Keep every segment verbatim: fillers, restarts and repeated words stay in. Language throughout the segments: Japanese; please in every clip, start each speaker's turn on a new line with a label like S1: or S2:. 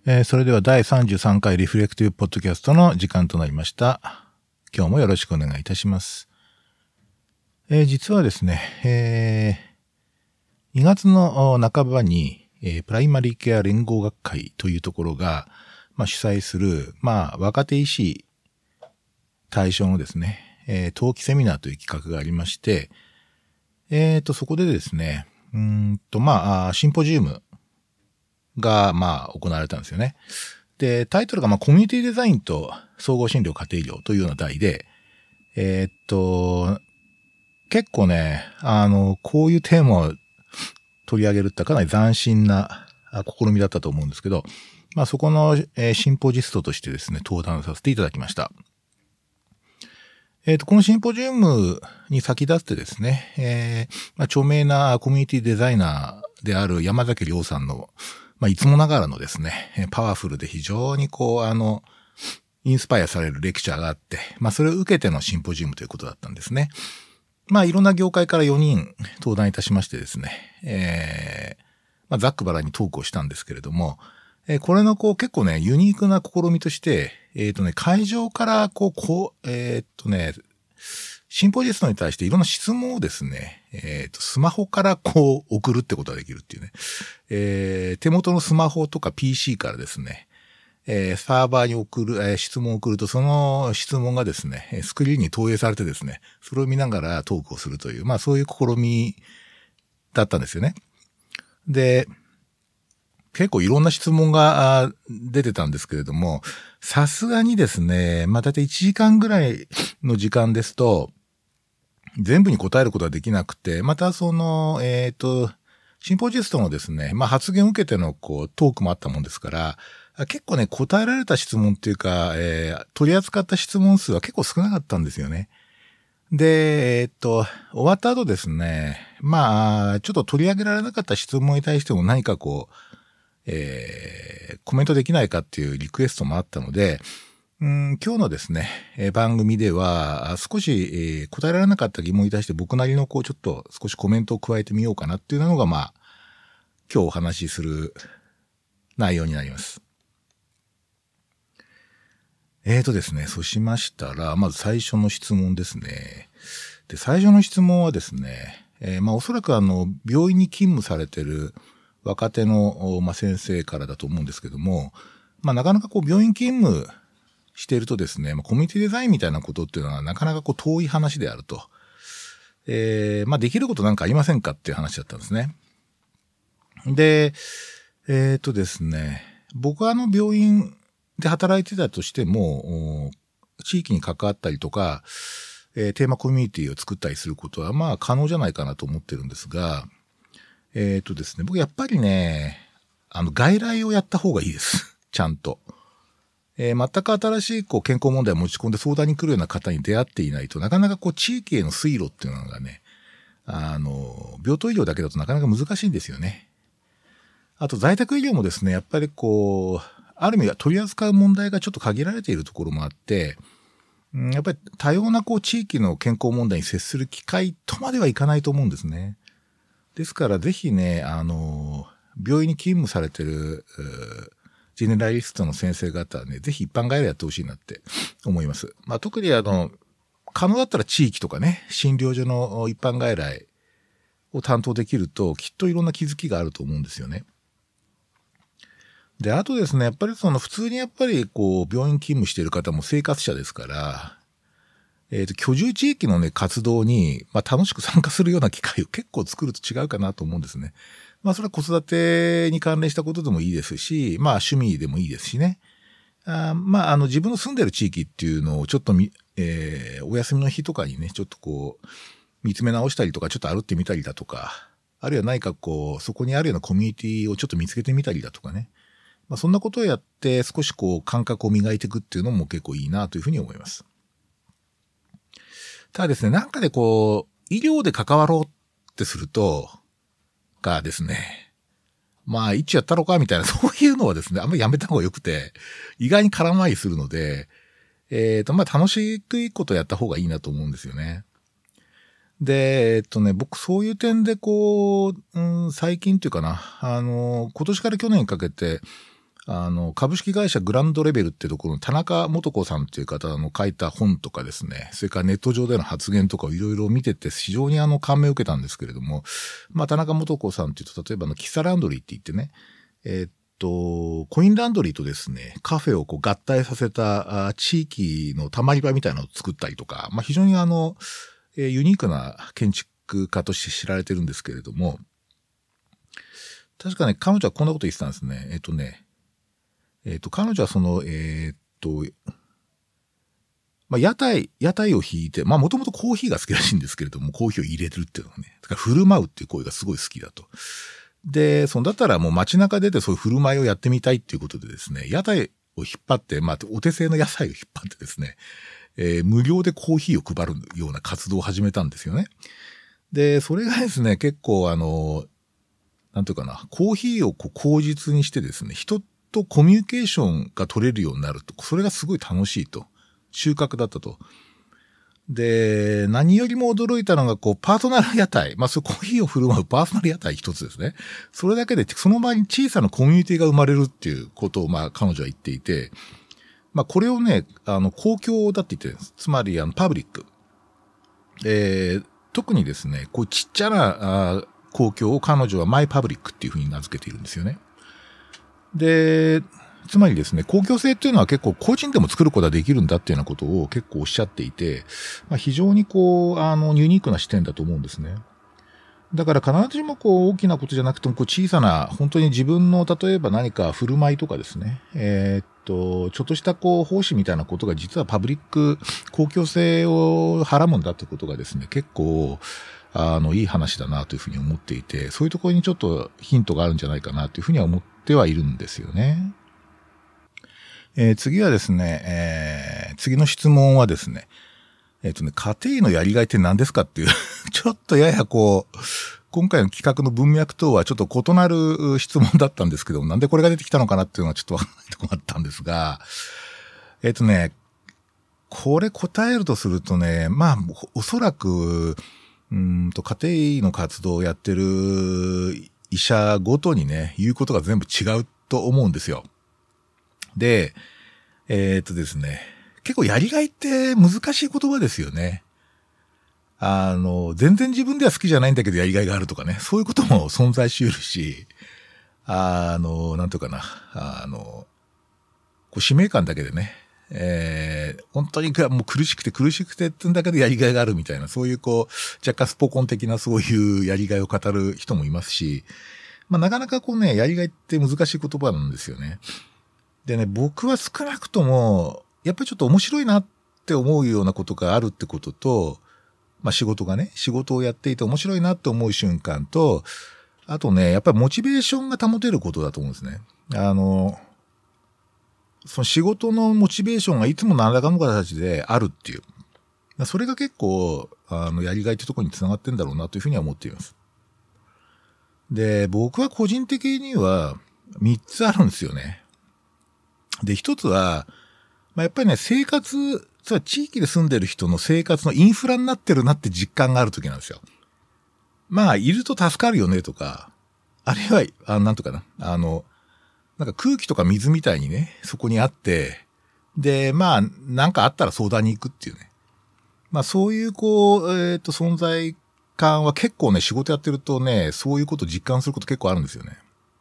S1: えー、それではだいさんじゅうさんかいリフレクティブポッドキャストの時間となりました。今日もよろしくお願いいたします。えー、実はですね、えー、にがつの半ばに、えー、プライマリーケア連合学会というところが、まあ、主催する、まあ、若手医師対象のですね、えー、冬季セミナーという企画がありまして、えーと、そこでですね、うーんと、まあ、シンポジウムが、まあ、行われたんですよね。で、タイトルが、まあ、コミュニティデザインと総合診療家庭医療というような題で、えー、っと、結構ね、あの、こういうテーマを取り上げるってかなり斬新な試みだったと思うんですけど、まあ、そこの、えー、シンポジストとしてですね、登壇させていただきました。えー、っと、このシンポジウムに先立ってですね、えーまあ、著名なコミュニティデザイナーである山崎亮さんのまあ、いつもながらのですね、パワフルで非常にこう、あの、インスパイアされるレクチャーがあって、まあ、それを受けてのシンポジウムということだったんですね。まあ、いろんな業界からよにん登壇いたしましてですね、えー、まあ、ざっくばらんにトークをしたんですけれども、えー、これのこう、結構ね、ユニークな試みとして、えっとね、会場からこう、こう、えー、っとね、シンポジストに対していろんな質問をですね、えっと、スマホからこう送るってことができるっていうね。えー、手元のスマホとか ピーシー からですね、えー、サーバーに送る、えー、質問を送ると、その質問がですね、スクリーンに投影されてですね、それを見ながらトークをするという、まあそういう試みだったんですよね。で、結構いろんな質問が出てたんですけれども、さすがにですね、まあだいたいいちじかんぐらいの時間ですと、全部に答えることはできなくて、またその、えっと、シンポジストのですね、まあ発言を受けてのこうトークもあったもんですから、結構ね、答えられた質問っていうか、えー、取り扱った質問数は結構少なかったんですよね。で、えっと、終わった後ですね、まあ、ちょっと取り上げられなかった質問に対しても何かこう、えー、コメントできないかっていうリクエストもあったので、うん、今日のですね、えー、番組では少し、えー、答えられなかった疑問に対して僕なりのこうちょっと少しコメントを加えてみようかなっていうのがまあ今日お話しする内容になります。えーとですね、そうしましたらまず最初の質問ですね。で、最初の質問はですね、えー、まあおそらくあの病院に勤務されてる若手の、まあ、先生からだと思うんですけども、まあなかなかこう病院勤務しているとですね、まあ、コミュニティデザインみたいなことっていうのはなかなかこう遠い話であると。えー、まあできることなんかありませんかっていう話だったんですね。で、えっとですね、僕はあの病院で働いてたとしても、地域に関わったりとか、えー、テーマコミュニティを作ったりすることはまあ可能じゃないかなと思ってるんですが、えっとですね、僕やっぱりね、あの外来をやった方がいいです。ちゃんと。えー、全く新しいこう健康問題を持ち込んで相談に来るような方に出会っていないとなかなかこう地域への水路っていうのがね、あの、病棟医療だけだとなかなか難しいんですよね。あと在宅医療もですね、やっぱりこう、ある意味取り扱う問題がちょっと限られているところもあって、うん、やっぱり多様なこう地域の健康問題に接する機会とまではいかないと思うんですね。ですからぜひね、あの、病院に勤務されてる、ジェネラリストの先生方はね、ぜひ一般外来やってほしいなって思います。まあ特にあの、可能だったら地域とかね、診療所の一般外来を担当できると、きっといろんな気づきがあると思うんですよね。で、あとですね、やっぱりその普通にやっぱりこう、病院勤務している方も生活者ですから、えっと、居住地域のね、活動に、まあ楽しく参加するような機会を結構作ると違うかなと思うんですね。まあそれは子育てに関連したことでもいいですし、まあ趣味でもいいですしね。あまああの自分の住んでる地域っていうのをちょっとみ、えー、お休みの日とかにね、ちょっとこう、見つめ直したりとか、ちょっと歩ってみたりだとか、あるいは何かこう、そこにあるようなコミュニティをちょっと見つけてみたりだとかね。まあそんなことをやって少しこう、感覚を磨いていくっていうのも結構いいなというふうに思います。ただですね、なんかでこう、医療で関わろうってすると、がですね、まあ、一応やったろかみたいな、そういうのはですね、あんまりやめた方が良くて、意外に空回りするので、えっと、まあ、楽しいことやった方がいいなと思うんですよね。で、えっとね、僕そういう点でこう、うん、最近っていうかな、あの、今年から去年にかけて、 あの、株式会社グランドレベルってところの田中素子さんっていう方の書いた本とかですね、それからネット上での発言とかをいろいろ見てて非常にあの感銘を受けたんですけれども、まあ田中素子さんっていうと、例えばの喫茶ランドリーって言ってね、えー、っと、コインランドリーとですね、カフェをこう合体させたあ地域のたまり場みたいなのを作ったりとか、まあ非常にあの、えー、ユニークな建築家として知られてるんですけれども、確かね、彼女はこんなこと言ってたんですね。えー、っとね、えっと、彼女はその、えー、っと、まあ、屋台、屋台を引いて、まあ、もともとコーヒーが好きらしいんですけれども、コーヒーを入れるっていうのはね、だから振る舞うっていう行為がすごい好きだと。で、そんだったらもう街中出てそういう振る舞いをやってみたいっていうことでですね、屋台を引っ張って、まあ、お手製の野菜を引っ張ってですね、えー、無料でコーヒーを配るような活動を始めたんですよね。で、それがですね、結構あの、なんていうかな、コーヒーをこう口実にしてですね、人とコミュニケーションが取れるようになると、それがすごい楽しいと。収穫だったと。で、何よりも驚いたのが、こう、パーソナル屋台。まあ、そう、コーヒーを振る舞うパーソナル屋台一つですね。それだけで、その場に小さなコミュニティが生まれるっていうことを、まあ、彼女は言っていて、まあ、これをね、あの、公共だって言ってるんです。つまり、あの、パブリック。えー、特にですね、こう、ちっちゃな、あ公共を彼女はマイパブリックっていうふうに名付けているんですよね。で、つまりですね、公共性っていうのは結構個人でも作ることができるんだっていうようなことを結構おっしゃっていて、まあ、非常にこう、あの、ユニークな視点だと思うんですね。だから必ずしもこう大きなことじゃなくてもこう小さな本当に自分の例えば何か振る舞いとかですね、えー、っと、ちょっとしたこう奉仕みたいなことが実はパブリック公共性をはらむんだってことがですね、結構あのいい話だなというふうに思っていて、そういうところにちょっとヒントがあるんじゃないかなというふうには思ってはいるんですよね。えー、次はですね、えー、次の質問はですね、えっとね、家庭のやりがいって何ですかっていう、ちょっとややこう、今回の企画の文脈とはちょっと異なる質問だったんですけども、なんでこれが出てきたのかなっていうのはちょっとわからないところがあったんですが、えっとね、これ答えるとするとね、まあ、おそらく、うんと、家庭の活動をやってる医者ごとにね、言うことが全部違うと思うんですよ。で、えー、っとですね、結構やりがいって難しい言葉ですよね。あの、全然自分では好きじゃないんだけどやりがいがあるとかね、そういうことも存在し得るし、あの、なんとかな、あの、こう使命感だけでね、えー、本当にもう苦しくて苦しくてって言うんだけどやりがいがあるみたいな、そういうこう、若干スポコン的なそういうやりがいを語る人もいますし、まあなかなかこうね、やりがいって難しい言葉なんですよね。でね、僕は少なくとも、やっぱりちょっと面白いなって思うようなことがあるってことと、まあ仕事がね、仕事をやっていて面白いなって思う瞬間と、あとね、やっぱりモチベーションが保てることだと思うんですね。あの、その仕事のモチベーションがいつも何らかの形であるっていう。それが結構、あの、やりがいってところにつながってんだろうなというふうには思っています。で、僕は個人的にはみっつあるんですよね。で、一つは、まあ、やっぱりね、生活、つまり地域で住んでる人の生活のインフラになってるなって実感があるときなんですよ。まあ、いると助かるよねとか、あるいは、あなんとかな、あの、なんか空気とか水みたいにね、そこにあって、で、まあ、なんかあったら相談に行くっていうね。まあ、そういうこう、えっと、存在感は結構ね、仕事やってるとね、そういうことを実感すること結構あるんですよね。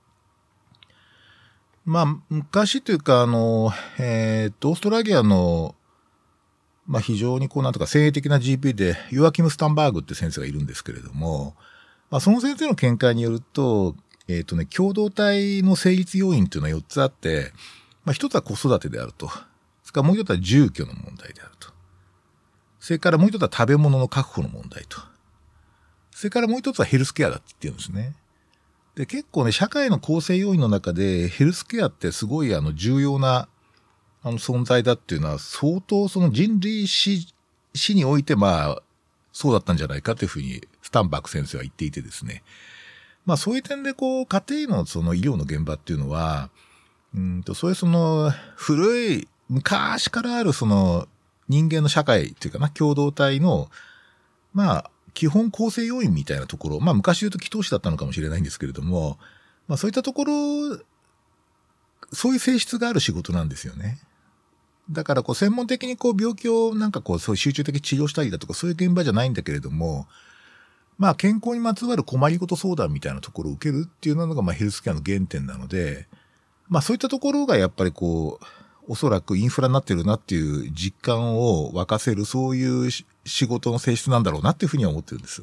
S1: まあ、昔というか、あの、えっと、オーストラリアの、まあ非常にこうなんとか先鋭的な ジーピー で、ヨアキム・スタンバーグって先生がいるんですけれども、まあその先生の見解によると、えっとね、共同体の成立要因っていうのはよっつあって、まあ一つは子育てであると。それからもう一つは住居の問題であると。それからもう一つは食べ物の確保の問題と。それからもう一つはヘルスケアだって言ってるんですね。で、結構ね、社会の構成要因の中でヘルスケアってすごいあの重要なあの存在だっていうのは相当その人類史、史においてまあそうだったんじゃないかというふうにスタンバーグ先生は言っていてですね。まあそういう点でこう家庭のその医療の現場っていうのは、うんとそういうその古い昔からあるその人間の社会っていうかな共同体のまあ基本構成要因みたいなところ、まあ昔言うと祈祷師だったのかもしれないんですけれども、まあそういったところそういう性質がある仕事なんですよね。だからこう専門的にこう病気をなんかこうそう集中的に治療したりだとかそういう現場じゃないんだけれども、まあ健康にまつわる困りごと相談みたいなところを受けるっていうのがまあヘルスケアの原点なので、まあそういったところがやっぱりこう、おそらくインフラになってるなっていう実感を沸かせるそういう仕事の性質なんだろうなっていうふうには思ってるんです。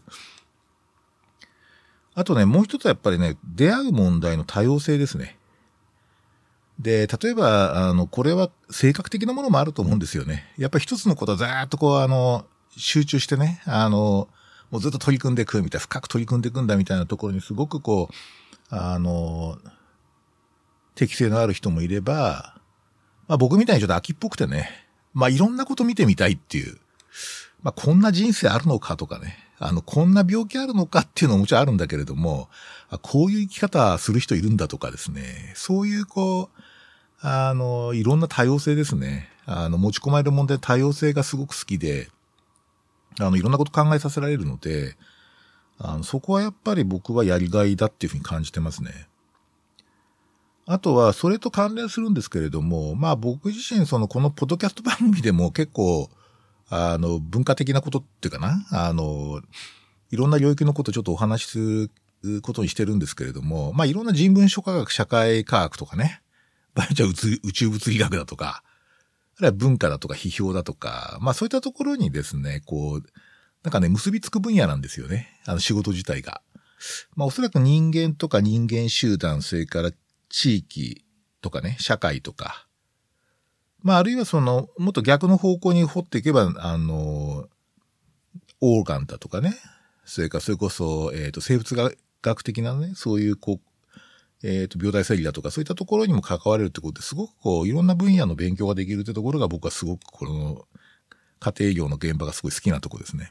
S1: あとね、もう一つはやっぱりね、出会う問題の多様性ですね。で、例えば、あの、これは性格的なものもあると思うんですよね。やっぱり一つのことをざーっとこう、あの、集中してね、あの、もうずっと取り組んでいくみたいな、深く取り組んでいくんだみたいなところにすごくこう、あの、適性のある人もいれば、まあ僕みたいにちょっと秋っぽくてね、まあいろんなこと見てみたいっていう、まあこんな人生あるのかとかね、あの、こんな病気あるのかっていうのももちろんあるんだけれども、あこういう生き方する人いるんだとかですね、そういうこう、あの、いろんな多様性ですね。あの、持ち込まれる問題の多様性がすごく好きで、あの、いろんなこと考えさせられるので、あの、そこはやっぱり僕はやりがいだっていうふうに感じてますね。あとは、それと関連するんですけれども、まあ僕自身、その、このポッドキャスト番組でも結構、あの、文化的なことっていうかな、あの、いろんな領域のことをちょっとお話しすることにしてるんですけれども、まあいろんな人文書科学、社会科学とかね、場合によっては宇宙物理学だとか、あるいは文化だとか批評だとか、まあそういったところにですね、こう、なんかね、結びつく分野なんですよね。あの仕事自体が。まあおそらく人間とか人間集団、それから地域とかね、社会とか、まああるいはその、もっと逆の方向に掘っていけば、あの、オーガンだとかね、それからそれこそ、えっと、生物学的なね、そういうこう、えっと、病態整理だとか、そういったところにも関われるってことで、すごくこう、いろんな分野の勉強ができるってところが僕はすごくこの、家庭業の現場がすごい好きなところですね。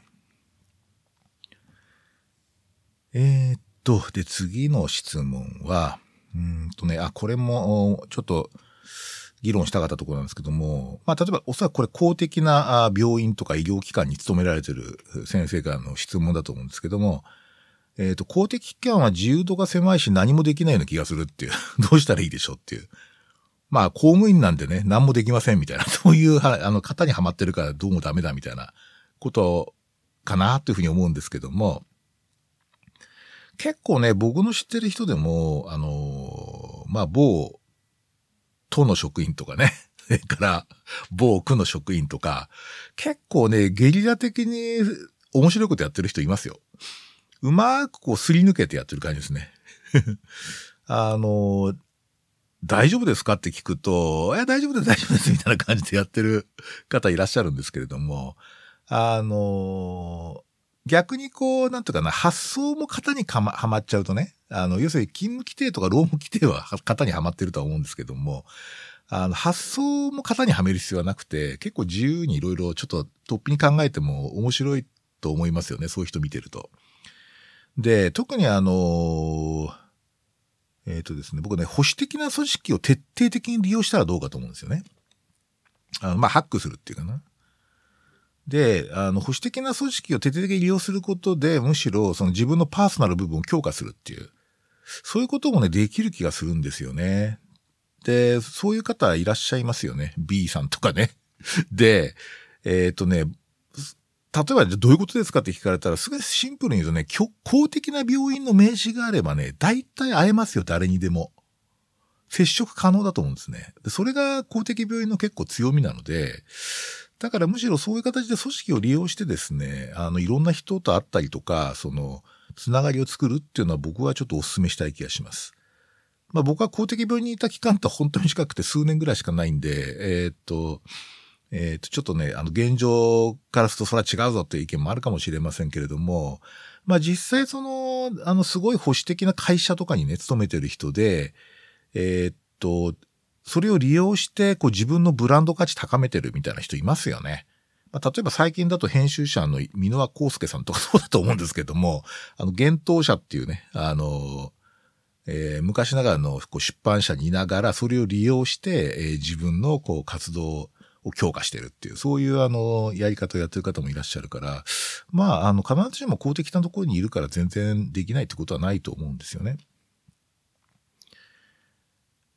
S1: えー、っと、で、次の質問は、うーんとね、あ、これも、ちょっと、議論したかったところなんですけども、まあ、例えば、おそらくこれ公的な病院とか医療機関に勤められている先生からの質問だと思うんですけども、えっと、公的機関は自由度が狭いし何もできないような気がするっていう。どうしたらいいでしょうっていう。まあ、公務員なんでね、何もできませんみたいな、そういう、あの、型にはまってるからどうもダメだみたいなことかなというふうに思うんですけども、結構ね、僕の知ってる人でも、あの、まあ、某都の職員とかね、それから某区の職員とか、結構ね、ゲリラ的に面白いことやってる人いますよ。うまーくこうすり抜けてやってる感じですね。あの、大丈夫ですかって聞くと、いや、大丈夫です、大丈夫です、みたいな感じでやってる方いらっしゃるんですけれども、あの、逆にこう、なんていうかな、発想も型にかま、はまっちゃうとね、あの、要するに勤務規定とか労務規定は型にはまってるとは思うんですけども、あの、発想も型にはめる必要はなくて、結構自由にいろいろちょっと突飛に考えても面白いと思いますよね、そういう人見てると。で、特にあの、えっとですね、僕ね、保守的な組織を徹底的に利用したらどうかと思うんですよね。あの、まあ、ハックするっていうかな。で、あの、保守的な組織を徹底的に利用することで、むしろその自分のパーソナル部分を強化するっていう、そういうこともね、できる気がするんですよね。で、そういう方いらっしゃいますよね。B さんとかね。で、えっとね、例えばどういうことですかって聞かれたら、すごいシンプルに言うとね、公的な病院の名刺があればね、大体会えますよ、誰にでも。接触可能だと思うんですね。でそれが公的病院の結構強みなので、だからむしろそういう形で組織を利用してですね、あの、いろんな人と会ったりとか、その、つながりを作るっていうのは僕はちょっとお勧めしたい気がします。まあ僕は公的病院にいた期間って本当に短くて数年ぐらいしかないんで、えー、っと、えっと、ちょっとね、あの、現状からするとそれは違うぞっていう意見もあるかもしれませんけれども、まあ実際その、あの、すごい保守的な会社とかにね、勤めてる人で、えー、っと、それを利用して、こう自分のブランド価値高めてるみたいな人いますよね。まあ、例えば最近だと編集者の箕輪康介さんとかそうだと思うんですけども、あの、幻冬社っていうね、あの、えー、昔ながらのこう出版社にいながら、それを利用して、えー、自分のこう活動を強化してるっていう、そういうあの、やり方をやってる方もいらっしゃるから、まあ、あの、必ずしも公的なところにいるから全然できないってことはないと思うんですよね。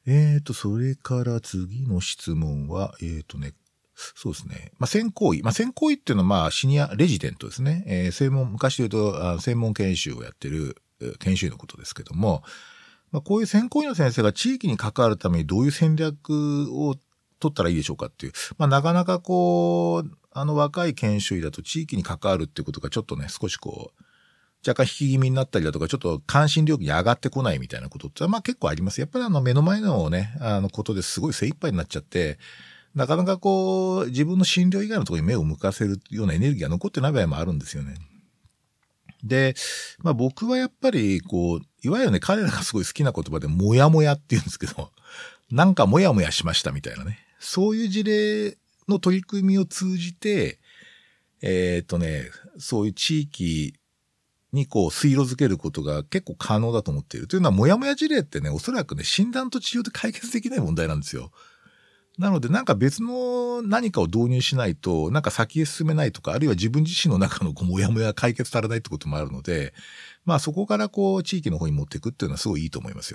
S1: えーと、それから次の質問は、えーとね、そうですね。まあ、専攻医。まあ、専攻医っていうのは、まあ、シニアレジデントですね。えー、専門、昔で言うと、あ専門研修をやってる、研修医のことですけども、まあ、こういう専攻医の先生が地域に関わるためにどういう戦略を取ったらいいでしょうかっていう。まあ、なかなかこう、あの若い研修医だと地域に関わるっていうことがちょっとね、少しこう、若干引き気味になったりだとか、ちょっと関心領域に上がってこないみたいなことって、まあ結構あります。やっぱりあの目の前のね、あのことですごい精一杯になっちゃって、なかなかこう、自分の診療以外のところに目を向かせるようなエネルギーが残ってない場合もあるんですよね。で、まあ僕はやっぱりこう、いわゆるね、彼らがすごい好きな言葉で、もやもやって言うんですけど、なんかもやもやしましたみたいなね。そういう事例の取り組みを通じて、えーっとね、そういう地域にこう推路づけることが結構可能だと思っている。というのは、もやもや事例ってね、おそらくね、診断と治療で解決できない問題なんですよ。なので、なんか別の何かを導入しないと、なんか先へ進めないとか、あるいは自分自身の中のこうもやもや解決されないってこともあるので、まあそこからこう地域の方に持っていくっていうのはすごいいいと思いますよ。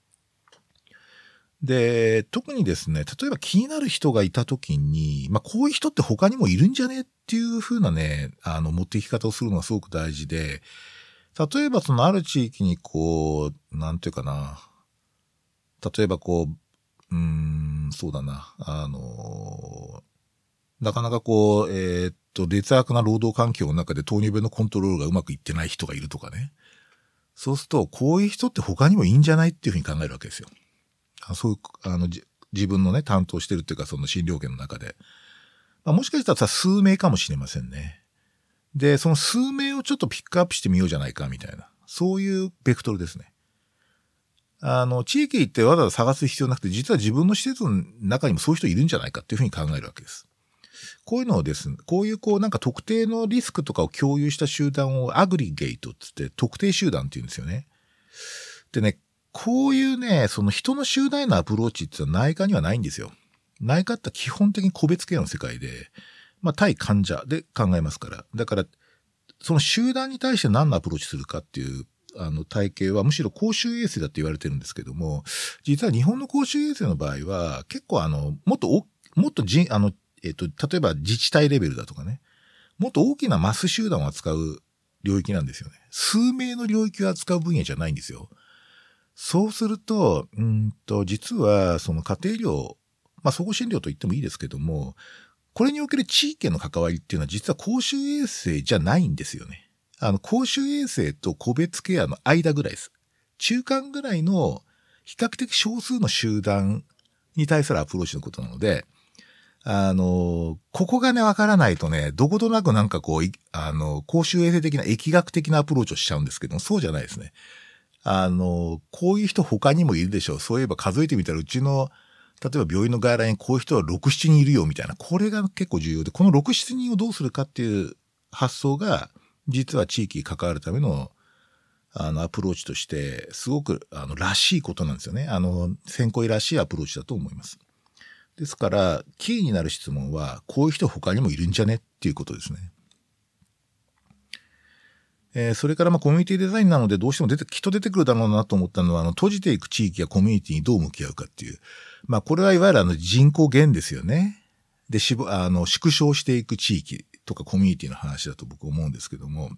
S1: で、特にですね、例えば気になる人がいたときに、まあこういう人って他にもいるんじゃねっていう風なね、あの持っていき方をするのがすごく大事で、例えばそのある地域にこう、なんていうかな、例えばこう、うーん、そうだな、あの、なかなかこう、えーっと、劣悪な労働環境の中で糖尿病のコントロールがうまくいってない人がいるとかね。そうすると、こういう人って他にもいいんじゃないっていうふうに考えるわけですよ。あそういう、あの、自分のね、担当してるっていうか、その診療券の中で。まあ、もしかしたらさ、数名かもしれませんね。で、その数名をちょっとピックアップしてみようじゃないか、みたいな。そういうベクトルですね。あの、地域行ってわざわざ探す必要なくて、実は自分の施設の中にもそういう人いるんじゃないかっていうふうに考えるわけです。こういうのをですね、こういうこうなんか特定のリスクとかを共有した集団をアグリゲートって言って特定集団って言うんですよね。でね、こういうね、その人の集団へのアプローチっていうのは内科にはないんですよ。内科って基本的に個別ケアの世界で、まあ対患者で考えますから。だから、その集団に対して何のアプローチするかっていう、あの体系はむしろ公衆衛生だって言われてるんですけども、実は日本の公衆衛生の場合は結構あの、もっとお、もっとじ、あの、えっと、例えば自治体レベルだとかね、もっと大きなマス集団を扱う領域なんですよね。数名の領域を扱う分野じゃないんですよ。そうすると、うんと、実はその家庭医療、まあ総合診療と言ってもいいですけども、これにおける地域への関わりっていうのは実は公衆衛生じゃないんですよね。あの、公衆衛生と個別ケアの間ぐらいです。中間ぐらいの比較的少数の集団に対するアプローチのことなので、あの、ここがね、わからないとね、どことなくなんかこう、あの、公衆衛生的な疫学的なアプローチをしちゃうんですけども、そうじゃないですね。あの、こういう人他にもいるでしょう。そういえば数えてみたらうちの、例えば病院の外来にこういう人はろく、ななにんいるよみたいな。これが結構重要で、このろく、ななにんをどうするかっていう発想が、実は地域に関わるための、あの、アプローチとして、すごく、あの、らしいことなんですよね。あの、専攻医らしいアプローチだと思います。ですから、キーになる質問は、こういう人他にもいるんじゃねっていうことですね。えー、それからまあコミュニティデザインなのでどうしても出て、きっと出てくるだろうなと思ったのは、あの、閉じていく地域やコミュニティにどう向き合うかっていう。まあこれはいわゆるあの人口減ですよね。で、しぼ、あの、縮小していく地域とかコミュニティの話だと僕思うんですけども。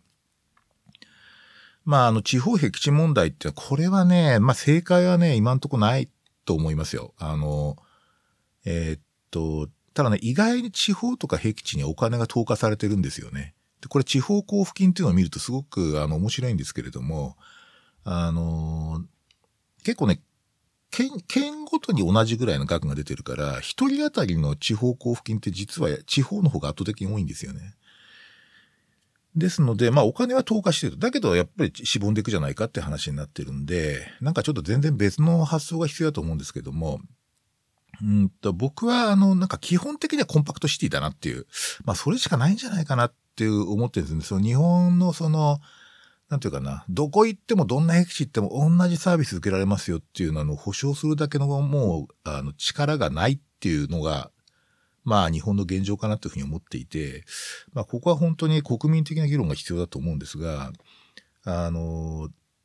S1: まああの、地方僻地問題ってこれはね、まあ正解はね、今んとこないと思いますよ。あの、えー、っと、ただね、意外に地方とか僻地にお金が投下されてるんですよね。で、これ地方交付金っていうのを見るとすごくあの面白いんですけれども、あのー、結構ね、県、県ごとに同じぐらいの額が出てるから、一人当たりの地方交付金って実は地方の方が圧倒的に多いんですよね。ですので、まあお金は投下してる。だけどやっぱりしぼんでいくじゃないかって話になってるんで、なんかちょっと全然別の発想が必要だと思うんですけども、うんと僕はあの、なんか基本的にはコンパクトシティだなっていう、まあそれしかないんじゃないかなっていう思ってるんですね。その日本のその、なんていうかな、どこ行ってもどんな僻地行っても同じサービス受けられますよっていうのを保証するだけのもう、あの力がないっていうのが、まあ日本の現状かなというふうに思っていて、まあここは本当に国民的な議論が必要だと思うんですが、あの、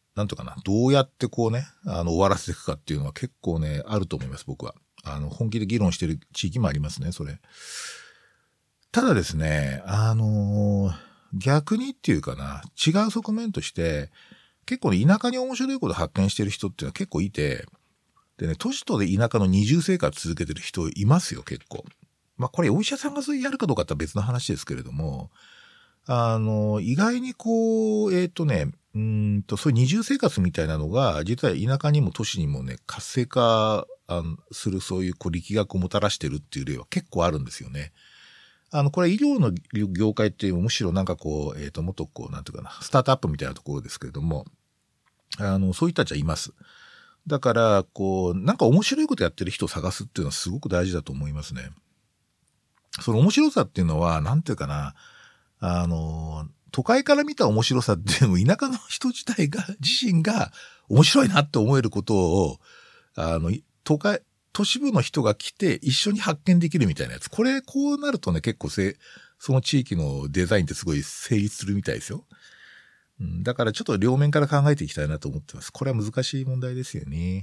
S1: なんとかな、どうやってこうね、あの、終わらせていくかっていうのは結構ね、あると思います、僕は。あの、本気で議論してる地域もありますね、それ。ただですね、あのー、逆にっていうかな、違う側面として、結構ね、田舎に面白いこと発見してる人っていうのは結構いて、でね、都市とで田舎の二重生活続けてる人いますよ、結構。まあ、これお医者さんがそうやるかどうかって別の話ですけれども、あの、意外にこう、えっとね、うーんと、そういう二重生活みたいなのが、実は田舎にも都市にもね、活性化するそういうこう力学をもたらしてるっていう例は結構あるんですよね。あの、これ医療の業界っていうむしろなんかこう、えっと、もっとこう、なんていうかな、スタートアップみたいなところですけれども、あの、そういう人たちはいます。だから、こう、なんか面白いことやってる人を探すっていうのはすごく大事だと思いますね。その面白さっていうのは、なんていうかな、あの、都会から見た面白さっていうのも田舎の人自体が、自身が面白いなって思えることを、あの、都会、都市部の人が来て一緒に発見できるみたいなやつ。これ、こうなるとね、結構せ、その地域のデザインってすごい成立するみたいですよ。うん、だからちょっと両面から考えていきたいなと思ってます。これは難しい問題ですよね。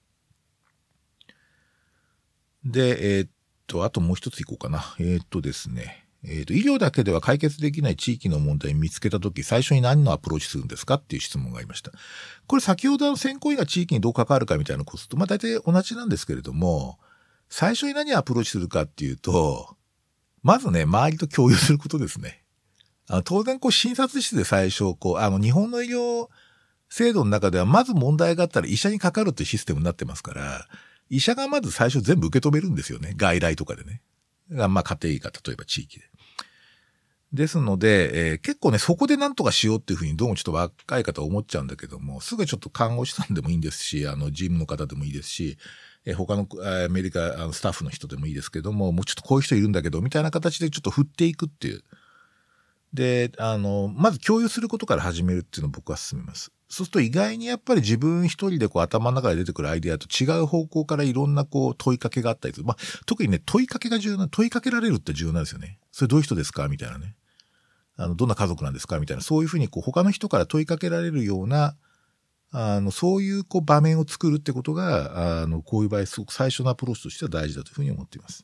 S1: で、えー、っと、あともう一ついこうかな。えー、っとですね。えっと、医療だけでは解決できない地域の問題を見つけたとき、最初に何のアプローチするんですかっていう質問がありました。これ先ほどの選考医が地域にどう関わるかみたいなことと、まあ大体同じなんですけれども、最初に何をアプローチするかっていうと、まずね、周りと共有することですね。あの当然、こう、診察室で最初、こう、あの、日本の医療制度の中では、まず問題があったら医者にかかるというシステムになってますから、医者がまず最初全部受け止めるんですよね。外来とかでね。まあ、家庭医か、例えば地域で。ですので、えー、結構ね、そこで何とかしようっていうふうにどうもちょっと若い方思っちゃうんだけども、すぐちょっと看護師さんでもいいんですし、あの、ジムの方でもいいですし、えー、他のアメリカあのスタッフの人でもいいですけども、もうちょっとこういう人いるんだけど、みたいな形でちょっと振っていくっていう。で、あの、まず共有することから始めるっていうのを僕は勧めます。そうすると意外にやっぱり自分一人でこう頭の中で出てくるアイデアと違う方向からいろんなこう問いかけがあったりする。まあ、特にね、問いかけが重要な、問いかけられるって重要なんですよね。それどういう人ですかみたいなね。あの、どんな家族なんですかみたいな。そういうふうにこう他の人から問いかけられるような、あの、そういうこう場面を作るってことが、あの、こういう場合すごく最初のアプローチとしては大事だというふうに思っています。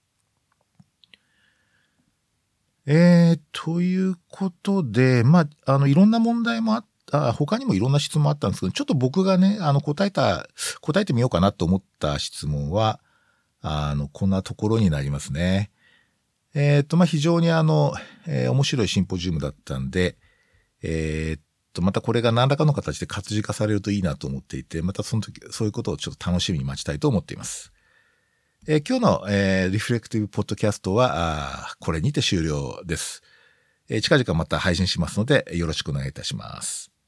S1: えー、ということで、まあ、あの、いろんな問題もあった、他にもいろんな質問あったんですけど、ちょっと僕がね、あの、答えた、答えてみようかなと思った質問は、あの、こんなところになりますね。えっと、まあ、非常にあの、えー、面白いシンポジウムだったんで、えー、っと、またこれが何らかの形で活字化されるといいなと思っていて、またその時、そういうことをちょっと楽しみに待ちたいと思っています。えー、今日の、えー、リフレクティブポッドキャストは、これにて終了です。えー、近々また配信しますので、よろしくお願いいたします。